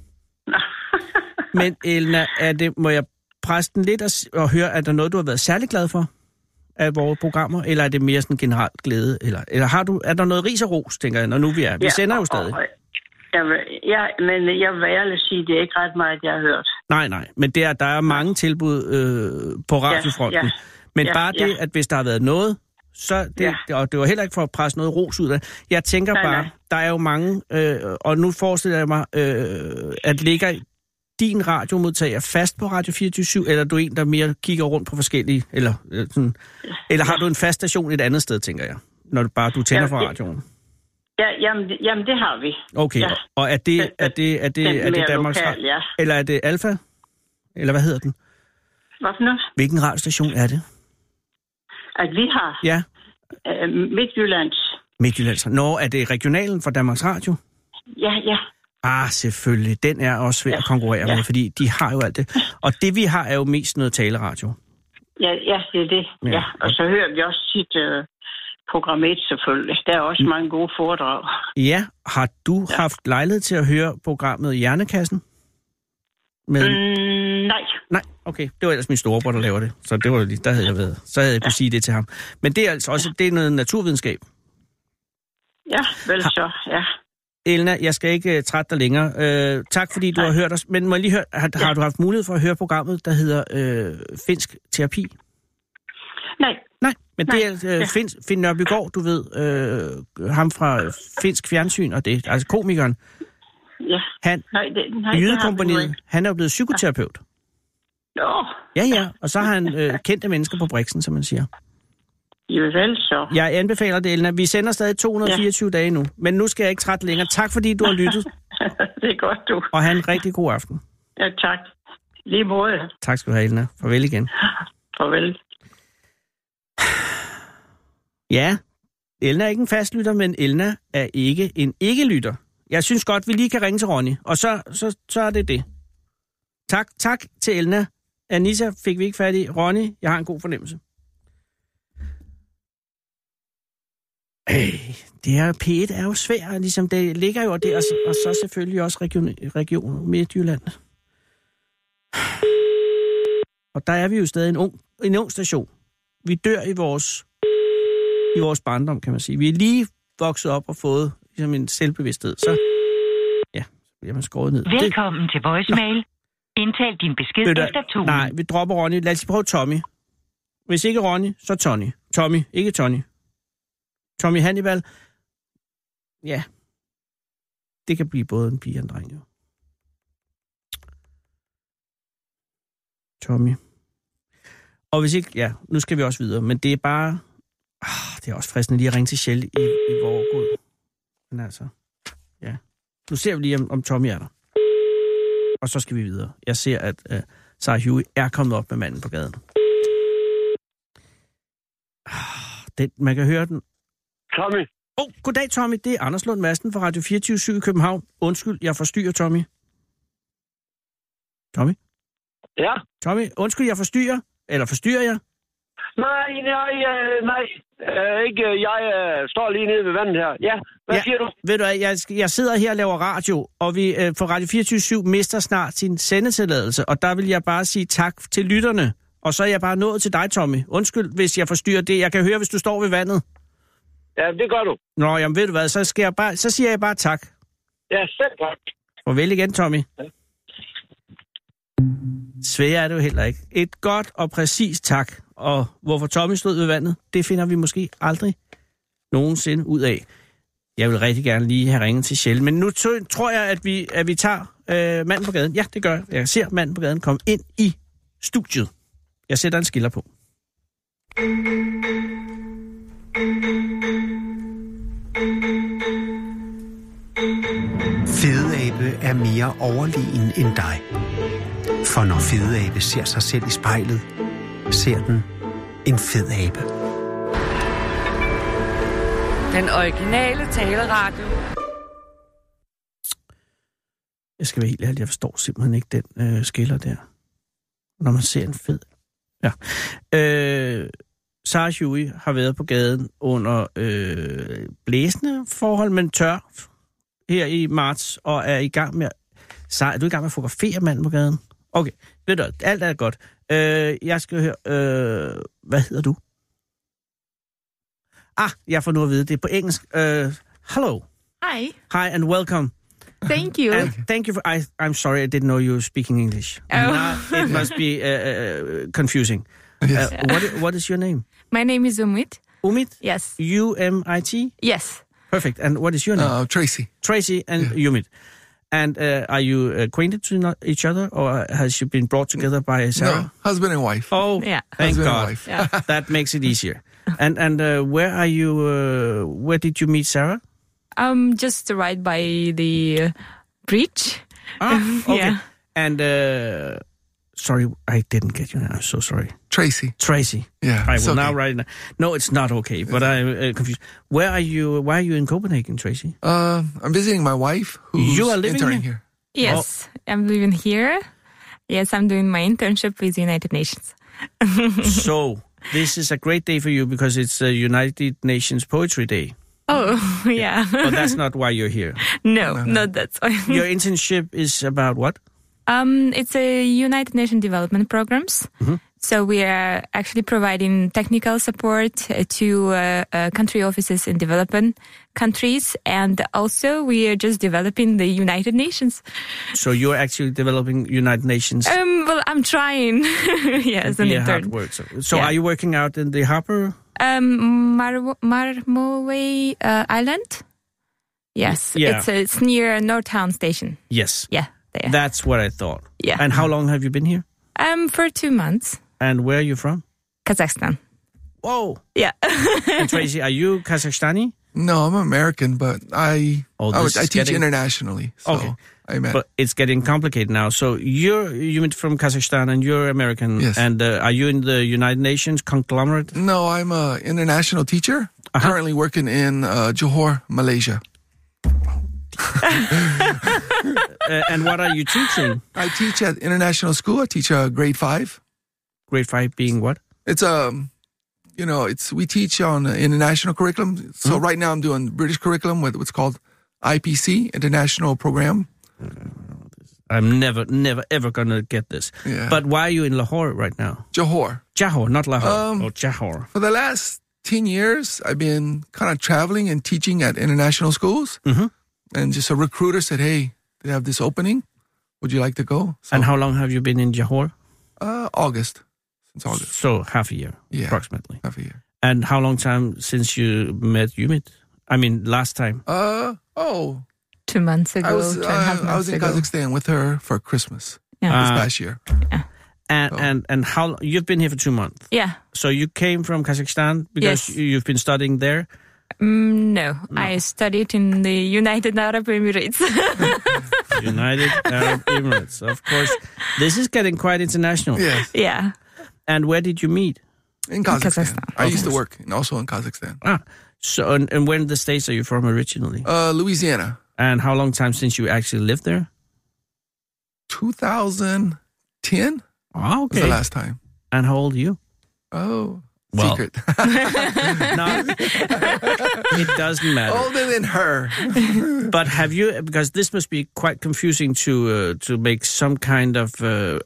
Men Elna, må jeg presse den lidt og høre, er der noget, du har været særlig glad for af vores programmer? Eller er det mere sådan generelt glæde? Eller er der noget ris og ros, tænker jeg, når nu vi er? Vi sender jo stadig. Men jeg vil ærligt sige, det er ikke ret meget, jeg har hørt. Nej, men der er mange tilbud på radiofronten. Men bare det, at hvis der har været noget, så og det var heller ikke for at presse noget ros ud af. Jeg tænker bare, der er jo mange, og nu forestiller jeg mig, at ligger din radiomodtager fast på Radio 24/7, eller er du en, der mere kigger rundt på forskellige, eller har du en fast station et andet sted, tænker jeg, når du tænder for radioen? Ja, jamen det har vi. Okay, ja. Og er det Danmarks lokal, ja. Eller er det Alfa? Eller hvad hedder den? Hvad for noget? Hvilken radiostation er det? At vi har? Ja. Midtjyllands. Nå, er det regionalen for Danmarks Radio? Ja. Selvfølgelig. Den er også svær at konkurrere med, fordi de har jo alt det. Og det vi har er jo mest noget taleradio. Ja, det er det. Ja. Og så hører vi også sit program 1 selvfølgelig. Der er også mange gode foredrag. Ja, har du haft lejlighed til at høre programmet Hjernekassen? Nej, okay. Det var ellers min storebror, der laver det. Så det var der havde jeg været. Så havde jeg kunne sige det til ham. Men det er altså også det er noget naturvidenskab. Ja, vel så, ja. Elna, jeg skal ikke trætte dig længere. Tak fordi du har hørt os. Men må jeg lige høre, har du haft mulighed for at høre programmet, der hedder Finsk Terapi? Nej, men det er Finn Nørbygaard, du ved, ham fra Finsk Fjernsyn, og det altså komikeren. Ja. Jydekompagniet, han er jo blevet psykoterapeut. Ja, og så har han kendte mennesker på Brixen, som man siger. Jo, vel så. Jeg anbefaler det, Elna. Vi sender stadig 224 dage nu, men nu skal jeg ikke trætte længere. Tak fordi du har lyttet. Det er godt, du. Og have en rigtig god aften. Ja, tak. Lige måde. Tak skal du have, Elna. Farvel igen. Farvel. Ja, Elna er ikke en fastlytter, men Elna er ikke en ikke-lytter. Jeg synes godt, vi lige kan ringe til Ronny, og så er det det. Tak til Elna. Anissa fik vi ikke fat i. Ronny, jeg har en god fornemmelse. Det her P1 er jo svært, ligesom det ligger jo der, og så selvfølgelig også region Midtjylland. Og der er vi jo stadig en ung station. Vi dør i vores barndom, kan man sige. Vi er lige vokset op og fået ligesom en selvbevidsthed. Så bliver man skåret ned. Velkommen til voicemail. Indtal din besked efter tonen. Nej, vi dropper Ronny. Lad os prøve Tommy. Hvis ikke Ronny, så Tony. Tommy, ikke Tony. Tommy Hannibal. Ja. Det kan blive både en pige og en dreng, jo. Tommy. Og hvis ikke, nu skal vi også videre, men det er bare... det er også fristende lige at ringe til Shell i Vorgod. Men altså, nu ser vi lige, om Tommy er der. Og så skal vi videre. Jeg ser, at Sarah Huey er kommet op med manden på gaden. Man kan høre den. Tommy. Goddag, Tommy. Det er Anders Lund Madsen fra Radio 24/7 i København. Undskyld, jeg forstyrrer, Tommy. Tommy? Ja? Tommy, undskyld, jeg forstyrrer. Eller forstyrrer jeg? Nej, ikke. Jeg står lige nede ved vandet her. Ja, hvad siger du? Ved du hvad, jeg sidder her og laver radio, og vi for Radio 24/7 mister snart sin sendetilladelse, og der vil jeg bare sige tak til lytterne. Og så er jeg bare nået til dig, Tommy. Undskyld, hvis jeg forstyrrer det. Jeg kan høre, hvis du står ved vandet. Ja, det gør du. Nå, jamen ved du hvad, så siger jeg bare tak. Ja, selv tak. Farvel igen, Tommy. Ja. Svær er det jo heller ikke. Et godt og præcist tak. Og hvorfor Tommy stod ved vandet, det finder vi måske aldrig nogensinde ud af. Jeg vil rigtig gerne lige have ringet til Shell. Men nu tror jeg, at vi tager manden på gaden. Ja, det gør jeg. Jeg ser manden på gaden komme ind i studiet. Jeg sætter en skiller på. Fedeabe er mere overlegen end dig. For når fedeabe ser sig selv i spejlet, ser den en fed abe. Den originale taleradio. Jeg skal være helt ærlig, jeg forstår simpelthen ikke den skiller der. Når man ser en fed. Ja. Sarah Huey har været på gaden under blæsende forhold, men tør her i marts, og er i gang med... Sarah, er du i gang med at fotografere manden på gaden? Okay, ved du, alt er godt. Jeg skal høre... hvad hedder du? Jeg får nu at vide, det er på engelsk. Hello. Hi. Hi and welcome. Thank you. And thank you for... I'm sorry, I didn't know you were speaking English. It must be confusing. Yes. What is your name? My name is Umit. Umit? Yes. U-M-I-T? Yes. Perfect. And what is your name? Tracy. Tracy and Umit. And are you acquainted to each other, or has you been brought together by Sarah? No, husband and wife. Oh, yeah. Thank husband God. And wife. Yeah. That makes it easier. And where are you? Where did you meet Sarah? Just right by the bridge. Okay. Yeah. And sorry, I didn't get your name. I'm so sorry. Tracy. Tracy. Yeah. I will now write it down. No, it's not okay, but I'm confused. Where are you? Why are you in Copenhagen, Tracy? I'm visiting my wife, who's you are living interning here? Yes, I'm living here. Yes, I'm doing my internship with the United Nations. So, this is a great day for you because it's the United Nations Poetry Day. Oh, yeah. But that's not why you're here. No, not that's why. Your internship is about what? It's a United Nations development programs. Mm-hmm. So we are actually providing technical support to country offices in developing countries, and also we are just developing the United Nations. So you're actually developing United Nations? Well, I'm trying. Yes, an intern. Hard work. So are you working out in the harbor? Marmoway Island. Yes, yeah. It's near Nordhavn Station. Yes. Yeah, there. That's what I thought. Yeah. And how long have you been here? For 2 months. And where are you from? Kazakhstan. Whoa. Yeah. And Tracy, are you Kazakhstani? No, I'm American, but I teach internationally. So okay. But it's getting complicated now. So you're from Kazakhstan and you're American. Yes. And are you in the United Nations conglomerate? No, I'm an international teacher. Currently working in Johor, Malaysia. And what are you teaching? I teach at international school. I teach grade 5. Grade 5 being what? It's we teach on international curriculum. So right now I'm doing British curriculum with what's called IPC, International Program. I'm never, ever going to get this. Yeah. But why are you in Lahore right now? Johor. Johor, not Lahore. Johor. For the last 10 years, I've been kind of traveling and teaching at international schools. Mm-hmm. And just a recruiter said, hey, they have this opening. Would you like to go? So, and how long have you been in Johor? August. Since August. So half a year, approximately. Half a year. And how long time since you met Umit? I mean, last time? 2 months ago. I was in Kazakhstan with her for Christmas this past year. Yeah. And how you've been here for 2 months? Yeah. So you came from Kazakhstan because you've been studying there? No, I studied in the United Arab Emirates. United Arab Emirates, of course. This is getting quite international. Yes. Yeah. And where did you meet? In Kazakhstan. I used to work also in Kazakhstan. So and where in the States are you from originally? Louisiana. And how long time since you actually lived there? 2010. Oh, okay. Was the last time. And how old are you? secret. No, it doesn't matter. Older than her. But have you? Because this must be quite confusing to make some kind of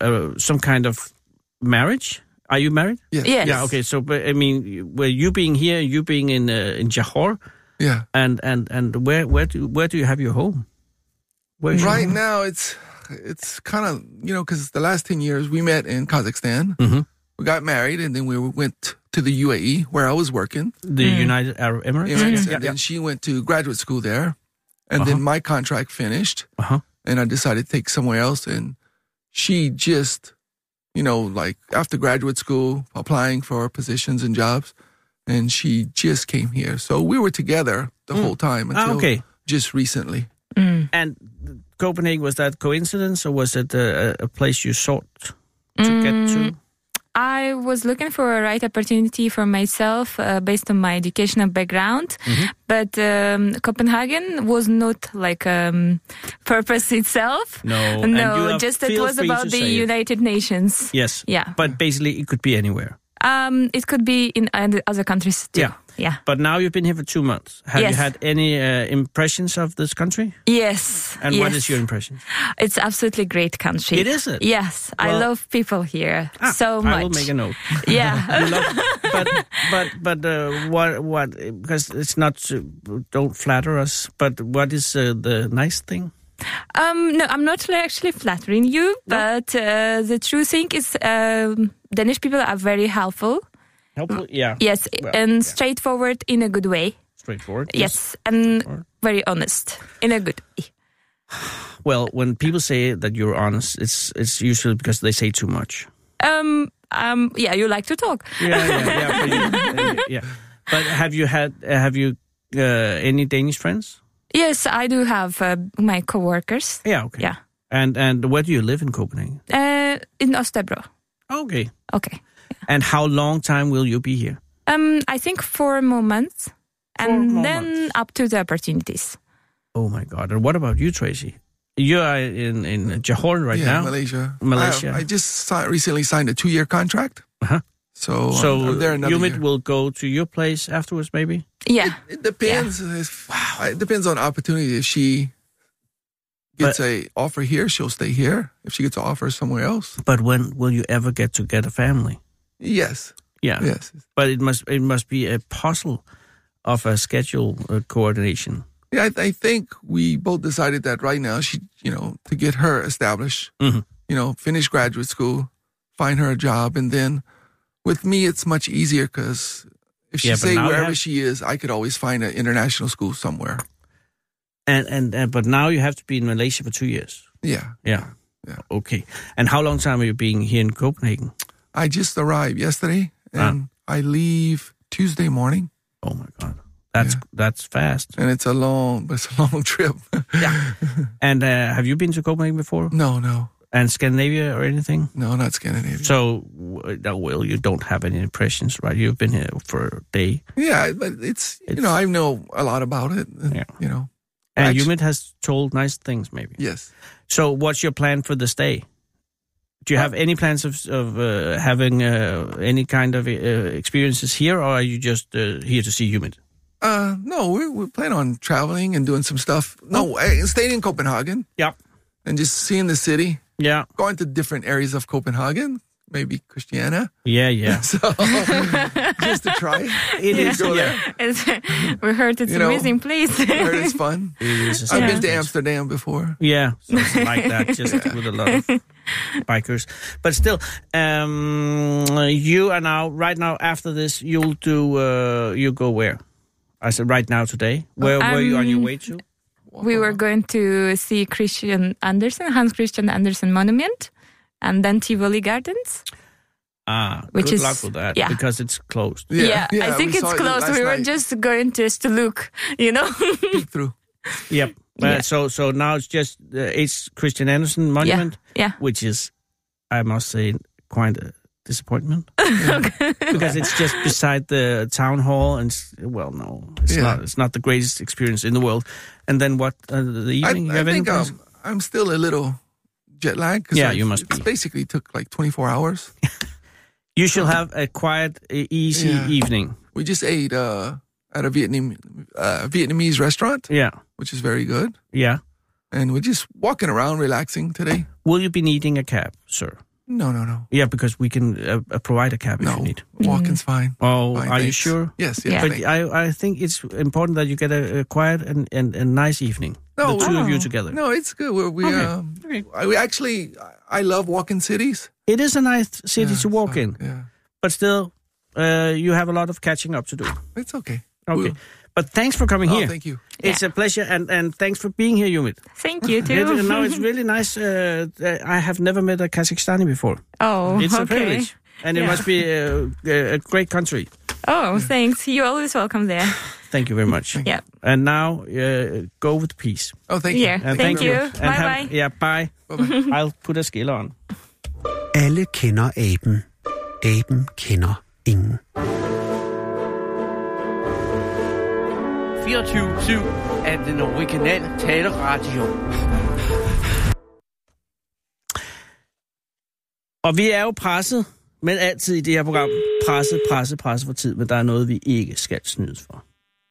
marriage. Are you married? Yes. Yeah. Okay. So, but I mean, were you being here, you being in Johor? Yeah. And where do you have your home? Right now, it's kind of, because the last 10 years we met in Kazakhstan. Mm-hmm. We got married, and then we went to the UAE, where I was working. The United Arab Emirates? And then she went to graduate school there. And then my contract finished. And I decided to take somewhere else. And she just, after graduate school, applying for positions and jobs. And she just came here. So we were together the whole time until just recently. And Copenhagen, was that coincidence, or was it a place you sought to get to? I was looking for a right opportunity for myself based on my educational background, but Copenhagen was not like purpose itself. No, just it was about the United Nations. Yes, yeah. But basically, it could be anywhere. It could be in other countries too. Yeah. But now you've been here for 2 months. Have you had any impressions of this country? Yes. And what is your impression? It's absolutely great country. It is it? Yes. Well, I love people here so much. I will make a note. Yeah. But what? Because it's not. Don't flatter us. But what is the nice thing? No, I'm not actually flattering you, but the true thing is Danish people are very helpful. Helpful, yeah. Yes, and straightforward in a good way. Straightforward? Yes, and very honest in a good way. Well, when people say that you're honest, it's usually because they say too much. Yeah, you like to talk. Yeah. But have you any Danish friends? Yes, I do have my co-workers. Yeah, okay. Yeah. And where do you live in Copenhagen? In Østerbro. Okay. Okay. Yeah. And how long time will you be here? I think 4 more months. And then up to the opportunities. Oh my God. And what about you, Tracy? You are in Johor right now? Malaysia. I just recently signed a 2-year contract. So I'm there another year. Will go to your place afterwards, maybe? Yeah. It depends. Yeah. It depends on opportunity. If she gets an offer here, she'll stay here. If she gets an offer somewhere else. But when will you ever get to get a family? Yes. Yeah. Yes. But it must be a puzzle of a schedule coordination. Yeah, I think we both decided that right now, she, to get her established, finish graduate school, find her a job, and then with me, it's much easier because if she say wherever she is, I could always find an international school somewhere. But now you have to be in Malaysia for 2 years. Yeah. Okay. And how long time are you being here in Copenhagen? I just arrived yesterday, and I leave Tuesday morning. Oh my God, that's fast. And it's a long trip. Yeah. And have you been to Copenhagen before? No. And Scandinavia or anything? No, not Scandinavia. So, you don't have any impressions, right? You've been here for a day. Yeah, but it's I know a lot about it. And Umit has told nice things, maybe. Yes. So, what's your plan for the stay? Do you have any plans of having any kind of experiences here, or are you just here to see Umit? No, we plan on traveling and doing some stuff. No, staying in Copenhagen. Yeah. And just seeing the city. Yeah. Going to different areas of Copenhagen. Maybe Christiania. Yeah. So, just to try. It is. We heard it's an amazing place. We heard it's fun. It is. I've been to Amsterdam before. Yeah, something like that, just with a lot of bikers. But still, you are now, right now, after this, you'll do, you go where? I said right now today. Where were you on your way to? We were going to see Hans Christian Andersen Monument, and then Tivoli Gardens. Good luck with that, because it's closed. Yeah, I think it's closed. We were just going to look, Peek through. Yep. So now it's just H. Christian Andersen Monument, which is, I must say, quite a disappointment. Because it's just beside the town hall, and it's not the greatest experience in the world. And then what? The evening? I think I'm still a little jet lagged. You must be. It basically took like 24 hours. You shall have a quiet, easy evening. We just ate at a Vietnamese restaurant. Yeah. Which is very good. Yeah. And we're just walking around, relaxing today. Will you be needing a cab, sir? No. Yeah, because we can provide a cab if you need. Walking's fine. Oh, fine, are thanks. you sure? Yes. But I think it's important that you get a quiet and nice evening. The two of you together. No, it's good. I love walking cities. It is a nice city to walk in. Yeah. But still, you have a lot of catching up to do. It's okay. Okay. But thanks for coming here. Thank you. It's a pleasure, and thanks for being here, Yumit. Thank you, too. No, it's really nice. I have never met a Kazakhstani before. Oh, it's a privilege. And it must be a great country. Oh, thanks. You're always welcome there. Thank you very much. Yeah. And now, go with peace. Oh, thank you. Yeah, thank you. Bye-bye. Yeah, bye. Bye-bye. I'll put a skiller on. Alle kender aben. Aben kender ingen. 24/7 af den originale taleradio. Og vi er jo presset, men altid i det her program, presset for tid, men der er noget, vi ikke skal snydes for.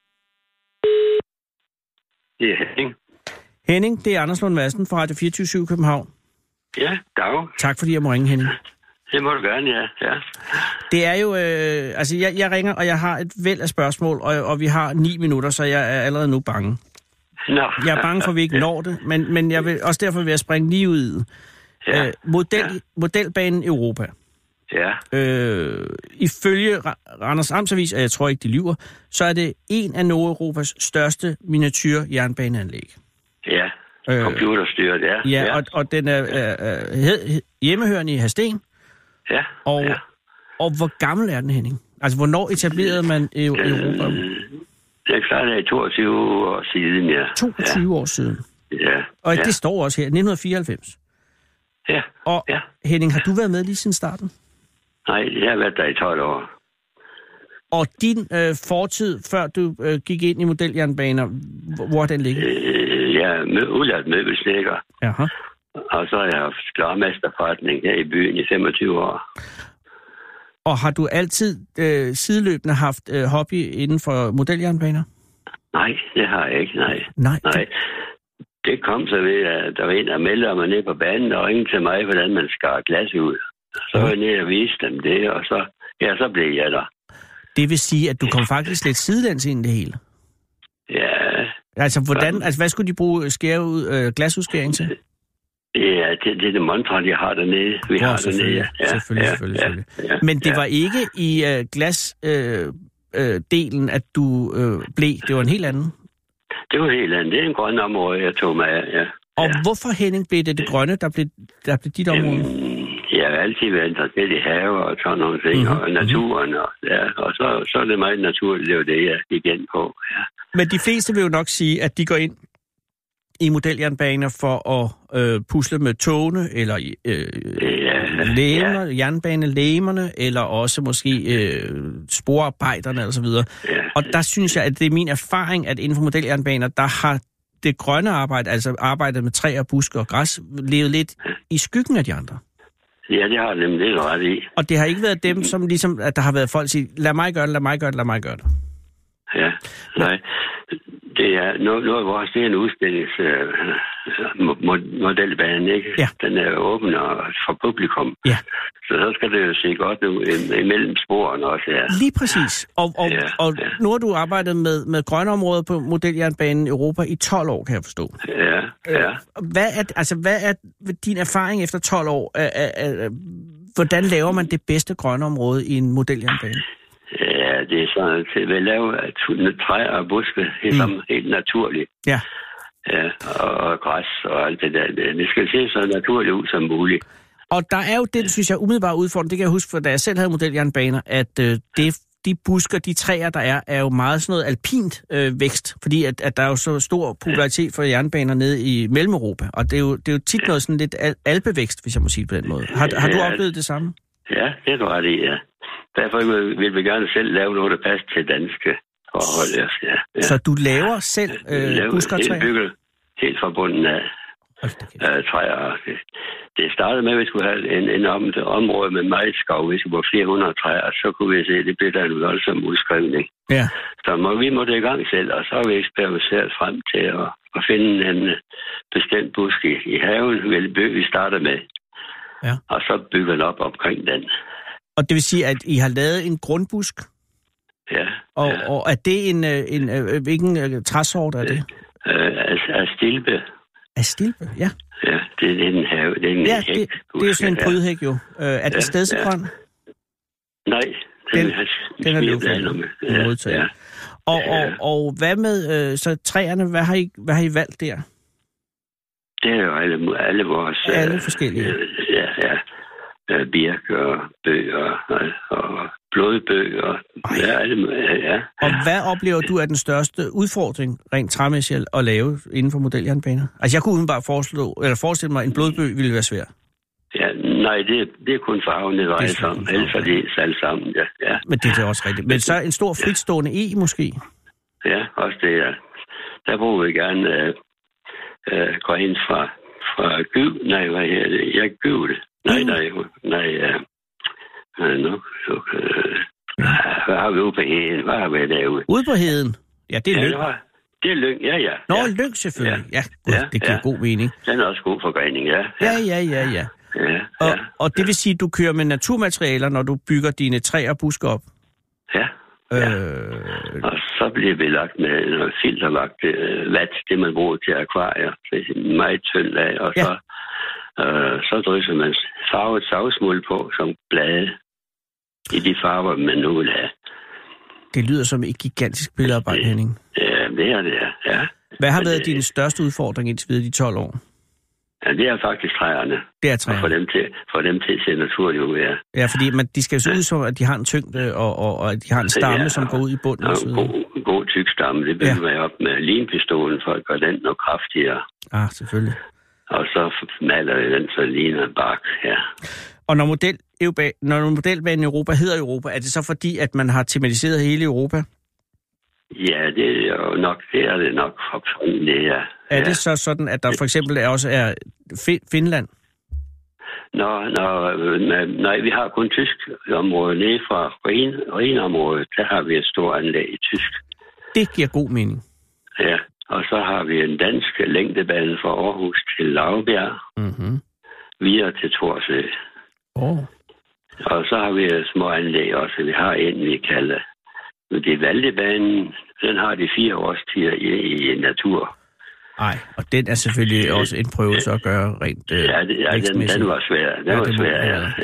Det er Henning. Henning, det er Anders Lund Madsen fra Radio 24/7 København. Ja, dag. Tak fordi jeg må ringe, Henning. Det må du gerne, ja. Det er jo, jeg ringer, og jeg har et væld af spørgsmål, og vi har 9 minutter, så jeg er allerede nu bange. No. Jeg er bange for, at vi ikke når det, men jeg vil, også derfor vil jeg springe lige ud i det. Ja. Modelbanen Europa. Ja. Ifølge Randers Amtsavis, og jeg tror ikke, de lyver, så er det en af Nordeuropas største miniatyr jernbaneanlæg. Ja, computerstyret, ja. Ja, og den er hjemmehørende i Hadsten. Ja. Og hvor gammel er den, Henning? Altså, hvornår etablerede man Europa? Det er klart, det er 22 år siden, ja. 22 år siden? Ja. Og det står også her, 1994. Ja. Og Henning, har du været med lige siden starten? Nej, jeg har været der i 12 år. Og din fortid, før du gik ind i modeljernbaner, hvor den ligger? Jeg er udlært møbelsnedker. Jaha. Og så har jeg haft glarmesterforretning her i byen i 25 år. Og har du altid sideløbende haft hobby inden for modeljernbaner? Nej, det har jeg ikke, nej. Det kom så ved, at der var en, der meldte mig ned på banen og ringede til mig, hvordan man skar glas ud. Så var jeg nede og viste dem det, og så blev jeg der. Det vil sige, at du kom faktisk lidt sidelæns ind i det hele? Ja. Altså, hvad skulle de bruge glasudskæring til? Ja, det er det montre, de har dernede. Vi har dernede. Ja, selvfølgelig. Men det var ikke i glasdelen, at du blev. Det var en helt anden. Det var helt andet. Det er en grøn område, jeg tog mig af, ja. Og hvorfor, Henning, blev det grønne, der blev dit område? Jeg har altid været interesseret i haver og sådan nogle ting, og naturen, og så er det meget naturligt, det var det, jeg gik ind på, ja. Men de fleste vil jo nok sige, at de går ind i modeljernbaner for at pusle med togene, eller jernbanelæmerne, eller også måske sporarbejderne, og så videre. Ja. Og der synes jeg, at det er min erfaring, at inden for modeljernbaner, der har det grønne arbejde, altså arbejdet med træer, busker og græs, levet lidt i skyggen af de andre. Ja, det har det nemlig lidt ret i. Og det har ikke været dem, som ligesom, at der har været folk, der siger, lad mig gøre det. Ja, nej. Det er noget af vores, det er en udstillingsmodelbane, ikke? Ja. Den er åben for publikum. Ja. Så skal det jo se godt ud imellem sporene også, ja. Lige præcis. Og nu har du arbejdet med grønne områder på modeljernbanen Europa i 12 år, kan jeg forstå. Ja. Hvad er din erfaring efter 12 år? Hvordan laver man det bedste grønne område i en modeljernbane? Ja, det er sådan, at vi laver træer og buske helt naturligt. Ja. Ja, og græs og alt det der. Det skal se så naturligt ud som muligt. Og der er jo det, synes jeg, umiddelbart udfordrende. Det kan jeg huske, for da jeg selv havde modeljernbaner, at de busker, de træer, der er jo meget sådan noget alpint vækst. Fordi at der er jo så stor popularitet for jernbaner nede i Mellem-Europa. Og det er jo tit noget sådan lidt alpevækst, hvis jeg må sige det på den måde. Har du oplevet det samme? Ja, det er du ret i, ja. Derfor vil vi gerne selv lave noget, der passer til danske forhold. Ja. Så du laver selv busker og træer? Helt bygget, helt fra bunden af. træer. Det startede med, at vi skulle have en område med meget skov. Hvis vi var 400 træer, så kunne vi se, at det blev der en voldsom udskrivning. Ja. Så vi måtte i gang selv, og så har vi eksperimenteret frem til at finde en bestemt busk i haven, vi starter med. Ja. Og så bygger den op omkring den. Og det vil sige, at I har lavet en grundbusk? Ja. Og er det hvilken træsort er det? Af stilpe. Af stilpe, ja. Ja, det er en have, det er en hæk. Det er sådan en prydhæk jo. Er det stedsegrøn? Nej, den er løvfældet. Ja. Og hvad med så træerne? Hvad har I valgt der? Det er jo alle vores... Alle forskellige? Ja. Birk og bøg og blodbøg og ja. Og hvad oplever du er den største udfordring rent træmæssigt at lave inden for modeljernbaner? Altså jeg kunne udenbart forestille mig, at en blodbøg ville være svær. Ja, nej, det er kun farven, det drejer sig om. Ellers er det alt sammen, ja. Men det er også rigtigt. Men så en stor fritstående måske? Ja, også det, ja. Der bruger vi gerne gå ind fra gyv. Nej, hvad her det? Jeg gyv det. Nej, hvad har vi ude på heden? Hvad har vi derude? Ude på heden? Ja, det er lyng. Det er lyng, ja. Nå, lyng selvfølgelig. Ja, det giver god mening. Den er også god forgrening, ja. Ja. Og det vil sige, at du kører med naturmaterialer, når du bygger dine træer og buske op? Ja. Og så bliver vi lagt med noget filterlagt vat, det man bruger til akvarier. Det er meget tyndt lag, og så drysser man farvet savsmuld på som blade i de farver, man nu vil have. Det lyder som et gigantisk billedarbejde, Henning. Ja, det er det, ja. Hvad har været din største udfordring indtil videre de 12 år? Ja, det er faktisk træerne. Det er træerne. For dem til at se naturligt ud, ja. Ja, fordi de skal jo se ud som, at de har en tyngde, og at de har en stamme, som går ud i bunden. En god tyk stamme, det bygger man op med linpistolen, for at gøre den noget kraftigere. Ah, selvfølgelig. Og så maler den, så ligner en bark, ja. Og når modelbanen i Europa hedder Europa, er det så fordi, at man har tematiseret hele Europa? Ja, det er jo nok, det er det nok. Er det så sådan, at der for eksempel også er Finland? Nej, vi har kun tysk område. Nede fra Rhinområdet, der har vi et stort anlæg i tysk. Det giver god mening. Ja, og så har vi en dansk længdebane fra Aarhus til Laugbjerg. Mm-hmm. Videre til Thorsø. Og så har vi små anlæg også. Vi har en, vi kalder det er Valdebanen. Den har de 4 årstider i natur. Nej, og den er selvfølgelig også en prøvelse at gøre rent den var svær. Den var svær,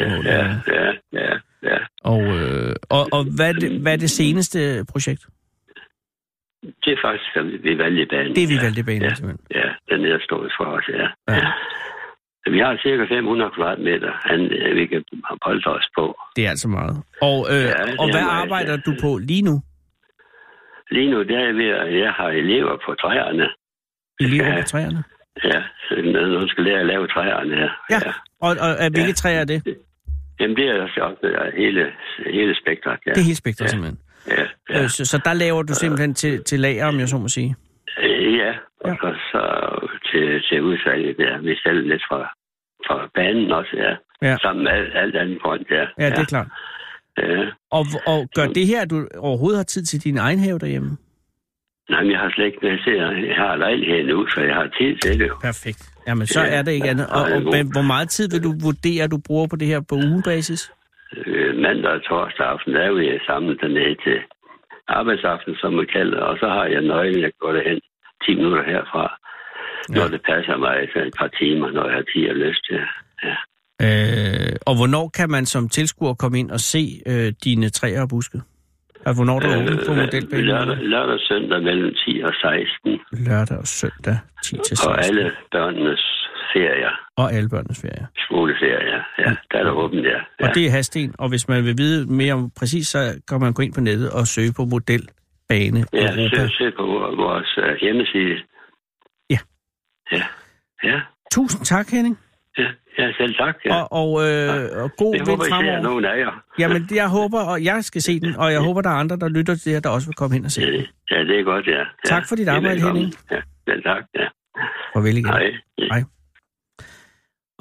ja. Og hvad er det seneste projekt? Det er faktisk ved Valdebanen. Det er ved Valdebanen, simpelthen. Ja, den er stået for os, ja. Vi har cirka 500 kvadratmeter, vi kan holde os på. Det er altså meget. Og hvad arbejder du på lige nu? Lige nu, der er jeg har elever på træerne. Elever på træerne? Ja, så nogen skal lære at lave træerne her. Ja, og hvilke træer er det? Jamen, det er også hele spektret, ja. Det er hele spektret, simpelthen? Ja. Så der laver du simpelthen til lager, om jeg så må sige? Ja, og så til udsalget der. Vi sælger lidt fra banen også, ja. Sammen med alt andet grønt, ja. Ja, det er klart. Ja. Og gør det her, at du overhovedet har tid til din egen have derhjemme? Nej, men jeg har slet ikke jeg har lejligheden nu, så jeg har tid til det. Perfekt. Jamen, så er det ikke andet. Og hvor meget tid vil du vurdere, at du bruger på det her på ugebasis? Mandag og torsdag aften, der er vi samlet dernede til arbejdsaften, som man kalder, og så har jeg nøglen, jeg går derhen 10 minutter herfra, når det passer mig et par timer, når jeg har tid og lyst til. Ja. Og hvornår kan man som tilskuer komme ind og se dine træer og buske? Altså, hvornår er du åbent på modelbanen? Lørdag og søndag mellem 10 og 16. Lørdag og søndag 10 til 16. Og alle børnenes ferier. Og alle børnenes ferier. Skoleferier, ja. Der er der åbent, ja. Og det er Hadsten, og hvis man vil vide mere om præcis, så kan man gå ind på nettet og søge på modelbane Europa. Ja, søg på vores hjemmeside. Ja. Ja. Tusind tak, Henning. Ja, selv tak. Ja. Og god vind fremover. Jeg håber, I ser nogen af jer. Jamen, jeg håber, og jeg skal se den, og jeg håber, der er andre, der lytter til det her, der også vil komme hen og se den. Ja, det er godt, ja. Tak for dit arbejde, Henning. Ja, selv tak, ja. Farvel igen. Hej.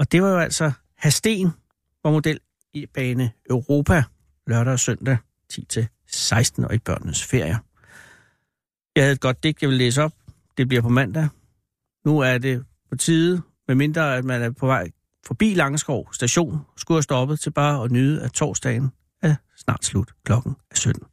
Og det var jo altså Hasten var model i bane Europa lørdag og søndag 10-16 og i børnenes ferier. Jeg havde et godt digt, jeg vil læse op. Det bliver på mandag. Nu er det på tide, medmindre at man er på vej forbi Langeskov station, skulle have stoppet til bare at nyde, at torsdagen er snart slut. Klokken er 17.